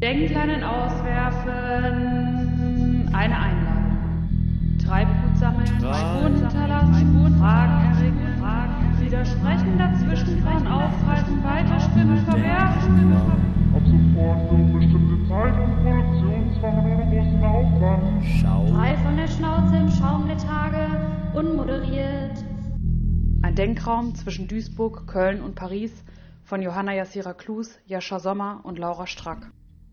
Denkleinen auswerfen, eine Einladung. Treibgut sammeln, Spuren hinterlassen, Fragen erregen, widersprechen, dazwischenfahren, aufhalten, weiterspinnen, verwerfen. Ab sofort für unbestimmte Zeit und Produktionsfach ohne großen Aufwand. Frei von der Schnauze im Schaum der Tage, unmoderiert. Ein Denkraum zwischen Duisburg, Köln und Paris von Johanna Jassira Klus, Jascha Sommer und Laura Strack.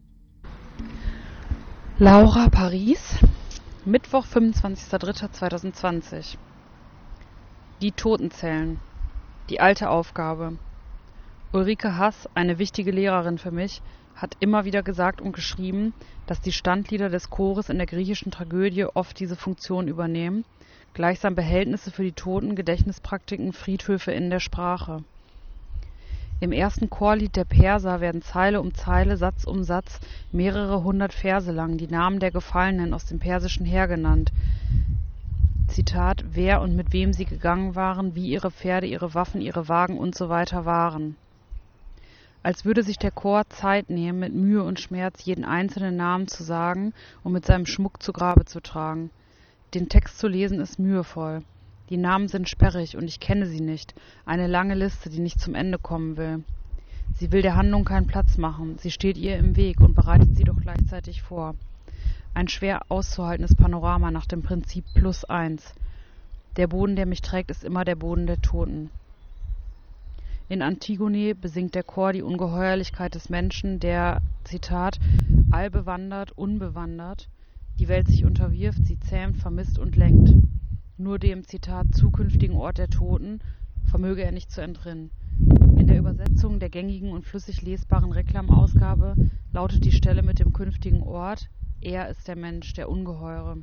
Laura, Paris, Mittwoch, 25.03.2020. Die Totenzellen. Die alte Aufgabe. Ulrike Hass, eine wichtige Lehrerin für mich, hat immer wieder gesagt und geschrieben, dass die Standlieder des Chores in der griechischen Tragödie oft diese Funktion übernehmen, gleichsam Behältnisse für die Toten, Gedächtnispraktiken, Friedhöfe in der Sprache. Im ersten Chorlied der Perser werden Zeile um Zeile, Satz um Satz, mehrere hundert Verse lang die Namen der Gefallenen aus dem persischen Heer genannt. Zitat, wer und mit wem sie gegangen waren, wie ihre Pferde, ihre Waffen, ihre Wagen und so weiter waren. Als würde sich der Chor Zeit nehmen, mit Mühe und Schmerz jeden einzelnen Namen zu sagen und mit seinem Schmuck zu Grabe zu tragen. Den Text zu lesen ist mühevoll. Die Namen sind sperrig und ich kenne sie nicht. Eine lange Liste, die nicht zum Ende kommen will. Sie will der Handlung keinen Platz machen. Sie steht ihr im Weg und bereitet sie doch gleichzeitig vor. Ein schwer auszuhaltendes Panorama nach dem Prinzip +1. Der Boden, der mich trägt, ist immer der Boden der Toten. In Antigone besingt der Chor die Ungeheuerlichkeit des Menschen, der, Zitat, allbewandert, unbewandert, die Welt sich unterwirft, sie zähmt, vermisst und lenkt. Nur dem, Zitat, zukünftigen Ort der Toten vermöge er nicht zu entrinnen. In der Übersetzung der gängigen und flüssig lesbaren Reklamausgabe lautet die Stelle mit dem künftigen Ort, er ist der Mensch, der Ungeheure.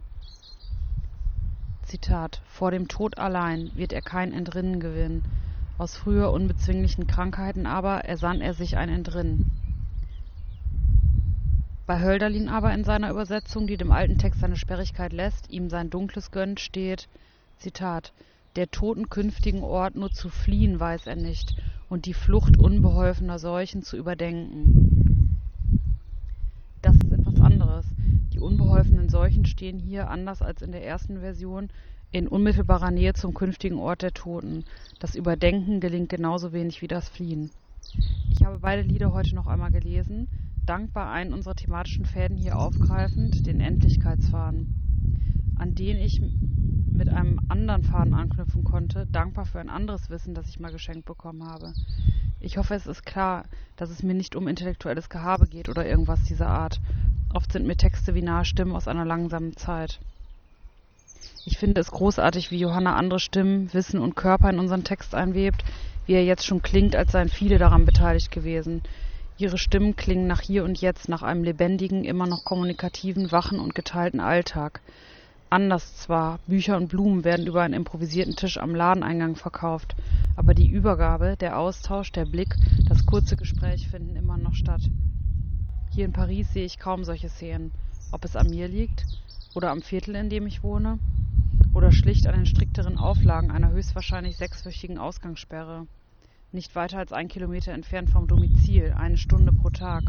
Zitat, vor dem Tod allein wird er kein Entrinnen gewinnen. Aus früher unbezwinglichen Krankheiten aber ersann er sich ein Entrinnen. Bei Hölderlin aber in seiner Übersetzung, die dem alten Text seine Sperrigkeit lässt, ihm sein Dunkles gönnt, steht, Zitat, der Toten künftigen Ort nur zu fliehen weiß er nicht und die Flucht unbeholfener Seuchen zu überdenken. Das ist etwas anderes. Die unbeholfenen Seuchen stehen hier, anders als in der ersten Version, in unmittelbarer Nähe zum künftigen Ort der Toten. Das Überdenken gelingt genauso wenig wie das Fliehen. Ich habe beide Lieder heute noch einmal gelesen, dankbar einen unserer thematischen Fäden hier aufgreifend, den Endlichkeitsfaden, an den ich mit einem anderen Faden anknüpfen konnte, dankbar für ein anderes Wissen, das ich mal geschenkt bekommen habe. Ich hoffe, es ist klar, dass es mir nicht um intellektuelles Gehabe geht oder irgendwas dieser Art. Oft sind mir Texte wie nahe Stimmen aus einer langsamen Zeit. Ich finde es großartig, wie Johanna andere Stimmen, Wissen und Körper in unseren Text einwebt, wie er jetzt schon klingt, als seien viele daran beteiligt gewesen. Ihre Stimmen klingen nach hier und jetzt, nach einem lebendigen, immer noch kommunikativen, wachen und geteilten Alltag. Anders zwar, Bücher und Blumen werden über einen improvisierten Tisch am Ladeneingang verkauft, aber die Übergabe, der Austausch, der Blick, das kurze Gespräch finden immer noch statt. Hier in Paris sehe ich kaum solche Szenen, ob es an mir liegt oder am Viertel, in dem ich wohne, oder schlicht an den strikteren Auflagen einer höchstwahrscheinlich 6-wöchigen Ausgangssperre. Nicht weiter als 1 Kilometer entfernt vom Domizil, 1 Stunde pro Tag.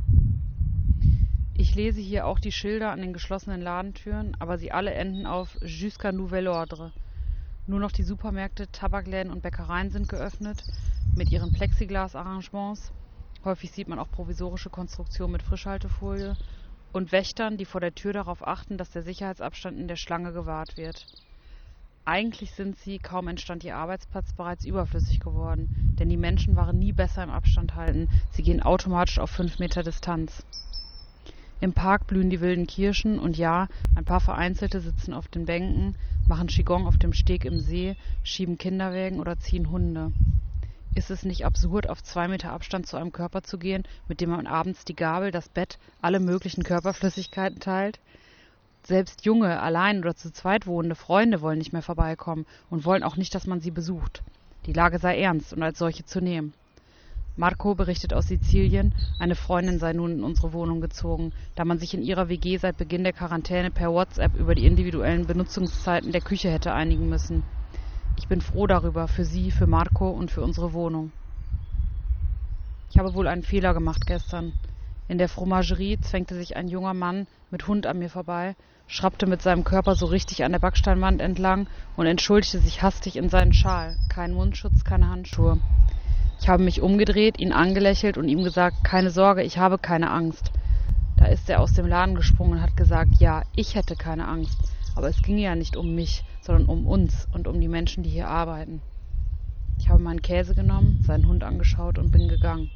Ich lese hier auch die Schilder an den geschlossenen Ladentüren, aber sie alle enden auf Jusqu'à nouvel ordre. Nur noch die Supermärkte, Tabakläden und Bäckereien sind geöffnet, mit ihren Plexiglas-Arrangements. Häufig sieht man auch provisorische Konstruktionen mit Frischhaltefolie und Wächtern, die vor der Tür darauf achten, dass der Sicherheitsabstand in der Schlange gewahrt wird. Eigentlich sind sie, kaum entstand ihr Arbeitsplatz, bereits überflüssig geworden, denn die Menschen waren nie besser im Abstand halten, sie gehen automatisch auf 5 Meter Distanz. Im Park blühen die wilden Kirschen und ja, ein paar Vereinzelte sitzen auf den Bänken, machen Qigong auf dem Steg im See, schieben Kinderwägen oder ziehen Hunde. Ist es nicht absurd, auf 2 Meter Abstand zu einem Körper zu gehen, mit dem man abends die Gabel, das Bett, alle möglichen Körperflüssigkeiten teilt? Selbst junge, allein oder zu zweit wohnende Freunde wollen nicht mehr vorbeikommen und wollen auch nicht, dass man sie besucht. Die Lage sei ernst und als solche zu nehmen. Marco berichtet aus Sizilien, eine Freundin sei nun in unsere Wohnung gezogen, da man sich in ihrer WG seit Beginn der Quarantäne per WhatsApp über die individuellen Benutzungszeiten der Küche hätte einigen müssen. Ich bin froh darüber, für sie, für Marco und für unsere Wohnung. Ich habe wohl einen Fehler gemacht gestern. In der Fromagerie zwängte sich ein junger Mann mit Hund an mir vorbei, schraubte mit seinem Körper so richtig an der Backsteinwand entlang und entschuldigte sich hastig in seinen Schal. Kein Mundschutz, keine Handschuhe. Ich habe mich umgedreht, ihn angelächelt und ihm gesagt, keine Sorge, ich habe keine Angst. Da ist er aus dem Laden gesprungen und hat gesagt, ja, ich hätte keine Angst. Aber es ging ja nicht um mich, sondern um uns und um die Menschen, die hier arbeiten. Ich habe meinen Käse genommen, seinen Hund angeschaut und bin gegangen.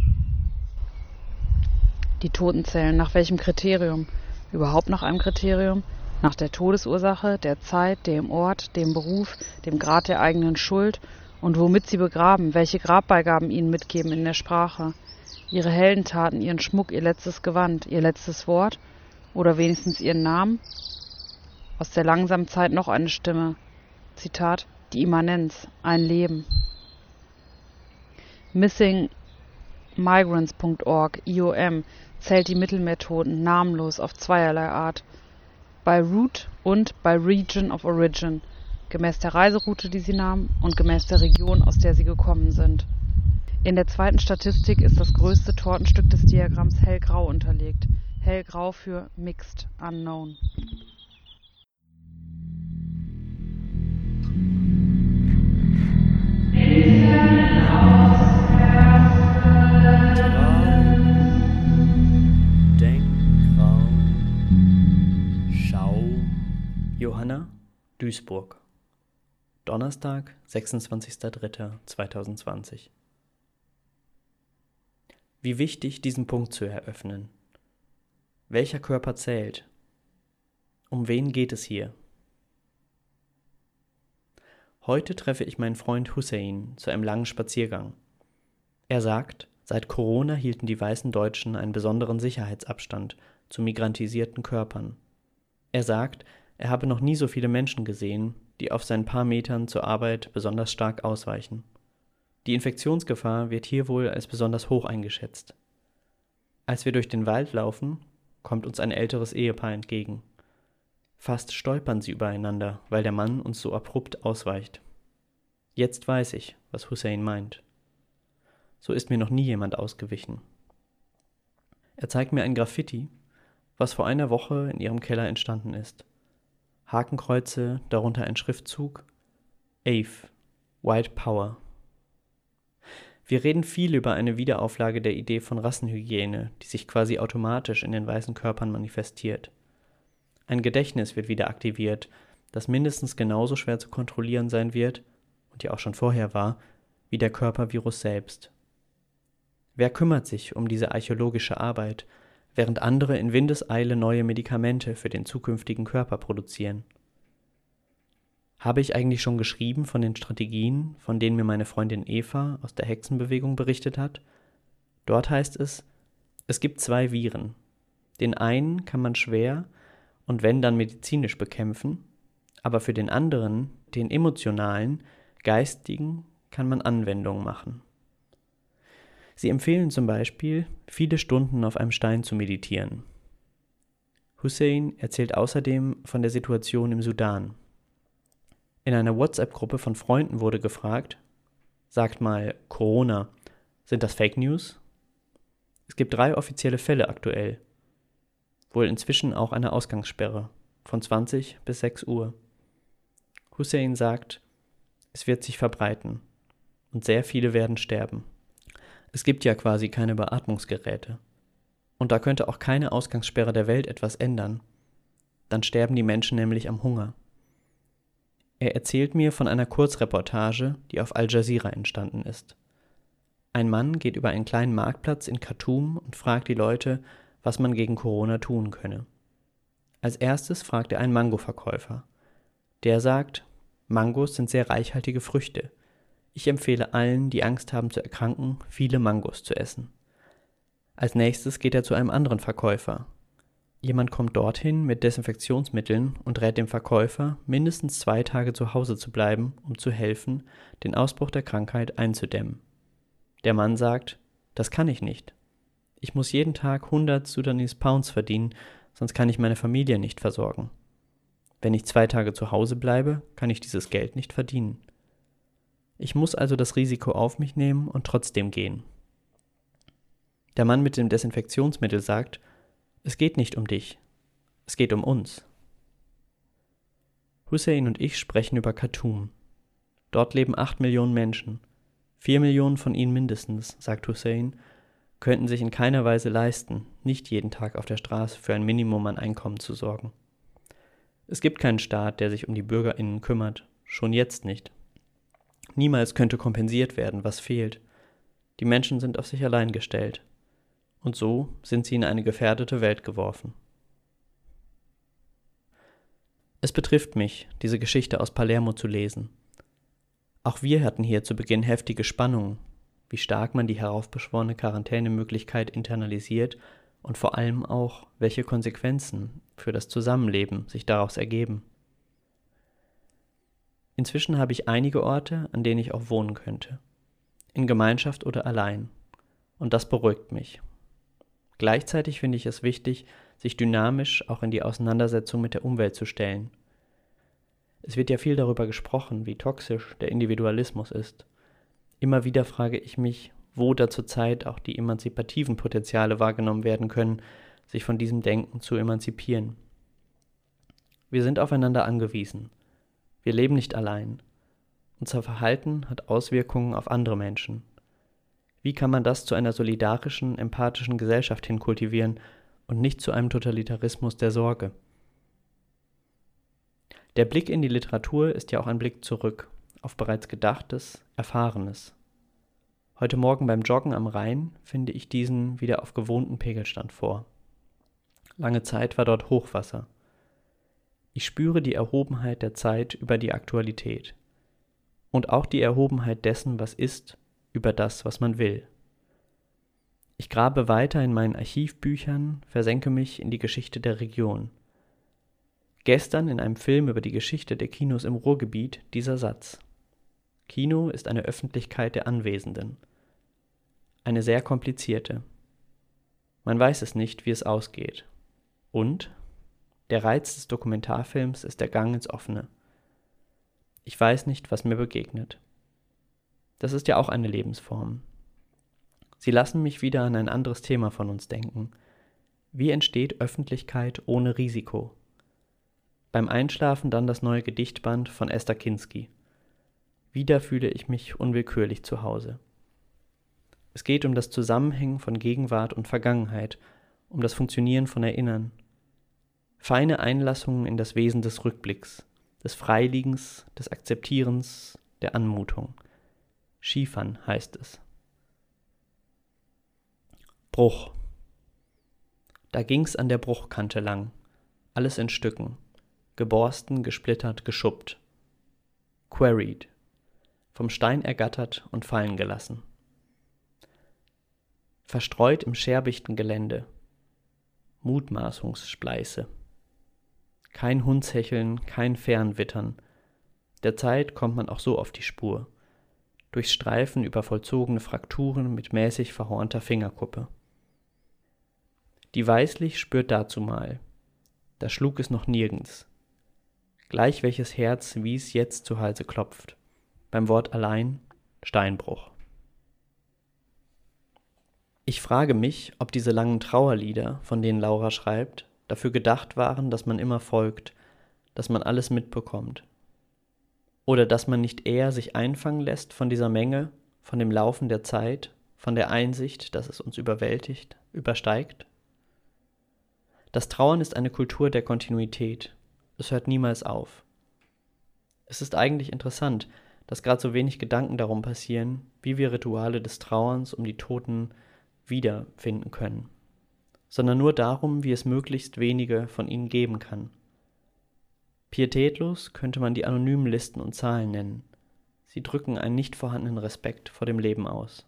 Die Totenzellen, nach welchem Kriterium? Überhaupt nach einem Kriterium? Nach der Todesursache, der Zeit, dem Ort, dem Beruf, dem Grad der eigenen Schuld und womit sie begraben, welche Grabbeigaben ihnen mitgeben in der Sprache. Ihre Heldentaten, ihren Schmuck, ihr letztes Gewand, ihr letztes Wort oder wenigstens ihren Namen? Aus der langsamen Zeit noch eine Stimme. Zitat, die Immanenz, ein Leben. Missingmigrants.org, IOM, zählt die Mittelmeertoten namenlos auf zweierlei Art. By Route und by Region of Origin, gemäß der Reiseroute, die sie nahmen und gemäß der Region, aus der sie gekommen sind. In der zweiten Statistik ist das größte Tortenstück des Diagramms hellgrau unterlegt. Hellgrau für Mixed, Unknown. Denkraum, Schaum. Johanna, Duisburg. Donnerstag, 26.03.2020. Wie wichtig, diesen Punkt zu eröffnen. Welcher Körper zählt? Um wen geht es hier? Heute treffe ich meinen Freund Hussein zu einem langen Spaziergang. Er sagt, seit Corona hielten die weißen Deutschen einen besonderen Sicherheitsabstand zu migrantisierten Körpern. Er sagt, er habe noch nie so viele Menschen gesehen, die auf seinen paar Metern zur Arbeit besonders stark ausweichen. Die Infektionsgefahr wird hier wohl als besonders hoch eingeschätzt. Als wir durch den Wald laufen, kommt uns ein älteres Ehepaar entgegen. Fast stolpern sie übereinander, weil der Mann uns so abrupt ausweicht. Jetzt weiß ich, was Hussein meint. So ist mir noch nie jemand ausgewichen. Er zeigt mir ein Graffiti, was vor einer Woche in ihrem Keller entstanden ist. Hakenkreuze, darunter ein Schriftzug, AVE, White Power. Wir reden viel über eine Wiederauflage der Idee von Rassenhygiene, die sich quasi automatisch in den weißen Körpern manifestiert. Ein Gedächtnis wird wieder aktiviert, das mindestens genauso schwer zu kontrollieren sein wird, und ja auch schon vorher war, wie der Körpervirus selbst. Wer kümmert sich um diese archäologische Arbeit, während andere in Windeseile neue Medikamente für den zukünftigen Körper produzieren? Habe ich eigentlich schon geschrieben von den Strategien, von denen mir meine Freundin Eva aus der Hexenbewegung berichtet hat? Dort heißt es, es gibt 2 Viren. Den einen kann man schwer und wenn dann medizinisch bekämpfen, aber für den anderen, den emotionalen, geistigen, kann man Anwendungen machen. Sie empfehlen zum Beispiel, viele Stunden auf einem Stein zu meditieren. Hussein erzählt außerdem von der Situation im Sudan. In einer WhatsApp-Gruppe von Freunden wurde gefragt, sagt mal, Corona, sind das Fake News? Es gibt 3 offizielle Fälle aktuell. Wohl inzwischen auch eine Ausgangssperre, von 20 bis 6 Uhr. Hussein sagt, es wird sich verbreiten und sehr viele werden sterben. Es gibt ja quasi keine Beatmungsgeräte. Und da könnte auch keine Ausgangssperre der Welt etwas ändern. Dann sterben die Menschen nämlich am Hunger. Er erzählt mir von einer Kurzreportage, die auf Al Jazeera entstanden ist. Ein Mann geht über einen kleinen Marktplatz in Khartoum und fragt die Leute, was man gegen Corona tun könne. Als erstes fragt er einen Mangoverkäufer. Der sagt, Mangos sind sehr reichhaltige Früchte. Ich empfehle allen, die Angst haben zu erkranken, viele Mangos zu essen. Als nächstes geht er zu einem anderen Verkäufer. Jemand kommt dorthin mit Desinfektionsmitteln und rät dem Verkäufer, mindestens 2 Tage zu Hause zu bleiben, um zu helfen, den Ausbruch der Krankheit einzudämmen. Der Mann sagt, das kann ich nicht. Ich muss jeden Tag 100 Sudanese Pounds verdienen, sonst kann ich meine Familie nicht versorgen. Wenn ich 2 Tage zu Hause bleibe, kann ich dieses Geld nicht verdienen. Ich muss also das Risiko auf mich nehmen und trotzdem gehen. Der Mann mit dem Desinfektionsmittel sagt, es geht nicht um dich, es geht um uns. Hussein und ich sprechen über Khartoum. Dort leben 8 Millionen Menschen. 4 Millionen von ihnen mindestens, sagt Hussein, könnten sich in keiner Weise leisten, nicht jeden Tag auf der Straße für ein Minimum an Einkommen zu sorgen. Es gibt keinen Staat, der sich um die BürgerInnen kümmert, schon jetzt nicht. Niemals könnte kompensiert werden, was fehlt. Die Menschen sind auf sich allein gestellt. Und so sind sie in eine gefährdete Welt geworfen. Es betrifft mich, diese Geschichte aus Palermo zu lesen. Auch wir hatten hier zu Beginn heftige Spannungen, wie stark man die heraufbeschworene Quarantänemöglichkeit internalisiert und vor allem auch, welche Konsequenzen für das Zusammenleben sich daraus ergeben. Inzwischen habe ich einige Orte, an denen ich auch wohnen könnte, in Gemeinschaft oder allein, und das beruhigt mich. Gleichzeitig finde ich es wichtig, sich dynamisch auch in die Auseinandersetzung mit der Umwelt zu stellen. Es wird ja viel darüber gesprochen, wie toxisch der Individualismus ist. Immer wieder frage ich mich, wo da zurzeit auch die emanzipativen Potenziale wahrgenommen werden können, sich von diesem Denken zu emanzipieren. Wir sind aufeinander angewiesen. Wir leben nicht allein. Unser Verhalten hat Auswirkungen auf andere Menschen. Wie kann man das zu einer solidarischen, empathischen Gesellschaft hin kultivieren und nicht zu einem Totalitarismus der Sorge? Der Blick in die Literatur ist ja auch ein Blick zurück, auf bereits Gedachtes, Erfahrenes. Heute Morgen beim Joggen am Rhein finde ich diesen wieder auf gewohnten Pegelstand vor. Lange Zeit war dort Hochwasser. Ich spüre die Erhobenheit der Zeit über die Aktualität. Und auch die Erhobenheit dessen, was ist, über das, was man will. Ich grabe weiter in meinen Archivbüchern, versenke mich in die Geschichte der Region. Gestern in einem Film über die Geschichte der Kinos im Ruhrgebiet dieser Satz: Kino ist eine Öffentlichkeit der Anwesenden. Eine sehr komplizierte. Man weiß es nicht, wie es ausgeht. Und der Reiz des Dokumentarfilms ist der Gang ins Offene. Ich weiß nicht, was mir begegnet. Das ist ja auch eine Lebensform. Sie lassen mich wieder an ein anderes Thema von uns denken. Wie entsteht Öffentlichkeit ohne Risiko? Beim Einschlafen dann das neue Gedichtband von Esther Kinsky. Wieder fühle ich mich unwillkürlich zu Hause. Es geht um das Zusammenhängen von Gegenwart und Vergangenheit, um das Funktionieren von Erinnern. Feine Einlassungen in das Wesen des Rückblicks, des Freiliegens, des Akzeptierens, der Anmutung. Schiefern heißt es. Bruch. Da ging's an der Bruchkante lang, alles in Stücken, geborsten, gesplittert, geschuppt. Quarried, vom Stein ergattert und fallen gelassen. Verstreut im scherbichten Gelände, Mutmaßungsspleiße. Kein Hundshecheln, kein Fernwittern. Der Zeit kommt man auch so auf die Spur. Durchs Streifen über vollzogene Frakturen mit mäßig verhornter Fingerkuppe. Die Weißlich spürt dazumal. Da schlug es noch nirgends. Gleich welches Herz, wie es jetzt zu Halse klopft. Beim Wort allein Steinbruch. Ich frage mich, ob diese langen Trauerlieder, von denen Laura schreibt, dafür gedacht waren, dass man immer folgt, dass man alles mitbekommt. Oder dass man nicht eher sich einfangen lässt von dieser Menge, von dem Laufen der Zeit, von der Einsicht, dass es uns überwältigt, übersteigt. Das Trauern ist eine Kultur der Kontinuität. Es hört niemals auf. Es ist eigentlich interessant, dass gerade so wenig Gedanken darum passieren, wie wir Rituale des Trauerns um die Toten wiederfinden können, sondern nur darum, wie es möglichst wenige von ihnen geben kann. Pietätlos könnte man die anonymen Listen und Zahlen nennen. Sie drücken einen nicht vorhandenen Respekt vor dem Leben aus.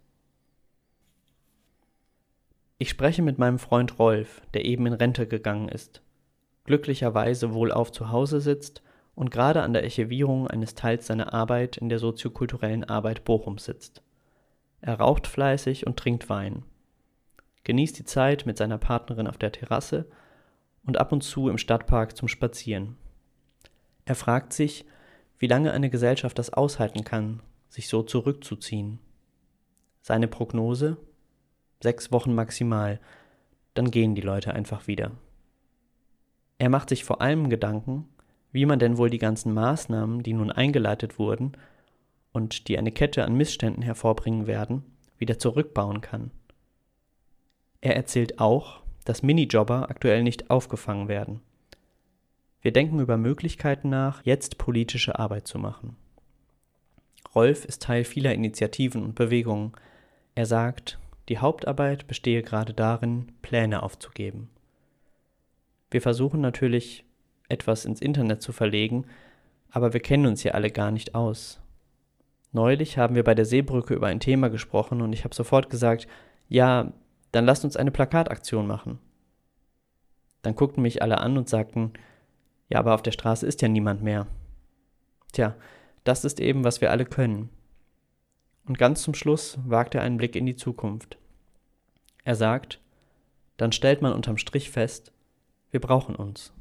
Ich spreche mit meinem Freund Rolf, der eben in Rente gegangen ist, glücklicherweise wohlauf zu Hause sitzt und gerade an der Archivierung eines Teils seiner Arbeit in der soziokulturellen Arbeit Bochums sitzt. Er raucht fleißig und trinkt Wein, genießt die Zeit mit seiner Partnerin auf der Terrasse und ab und zu im Stadtpark zum Spazieren. Er fragt sich, wie lange eine Gesellschaft das aushalten kann, sich so zurückzuziehen. Seine Prognose: 6 Wochen maximal, dann gehen die Leute einfach wieder. Er macht sich vor allem Gedanken, wie man denn wohl die ganzen Maßnahmen, die nun eingeleitet wurden und die eine Kette an Missständen hervorbringen werden, wieder zurückbauen kann. Er erzählt auch, dass Minijobber aktuell nicht aufgefangen werden. Wir denken über Möglichkeiten nach, jetzt politische Arbeit zu machen. Rolf ist Teil vieler Initiativen und Bewegungen. Er sagt, die Hauptarbeit bestehe gerade darin, Pläne aufzugeben. Wir versuchen natürlich, etwas ins Internet zu verlegen, aber wir kennen uns hier alle gar nicht aus. Neulich haben wir bei der Seebrücke über ein Thema gesprochen und ich habe sofort gesagt, ja, dann lasst uns eine Plakataktion machen. Dann guckten mich alle an und sagten, ja, aber auf der Straße ist ja niemand mehr. Tja, das ist eben, was wir alle können. Und ganz zum Schluss wagt er einen Blick in die Zukunft. Er sagt, dann stellt man unterm Strich fest, wir brauchen uns.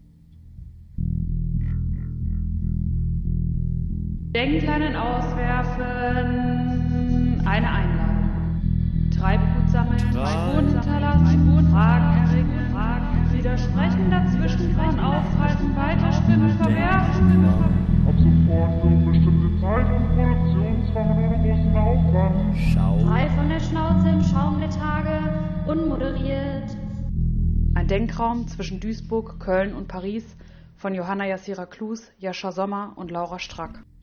Denkleinen auswerfen, eine Einladung. Treibgut sammeln, Spuren hinterlassen, Fragen erregen, widersprechen, dazwischenfahren, aufhalten, weiterspinnen, verwerfen. Ab sofort für bestimmte Zeit und Produktionswochen ohne großen Aufwand. Frei von der Schnauze im Schaum der Tage, unmoderiert. Ein Denkraum zwischen Duisburg, Köln und Paris von Johanna Jassira Klus, Jascha Sommer und Laura Strack.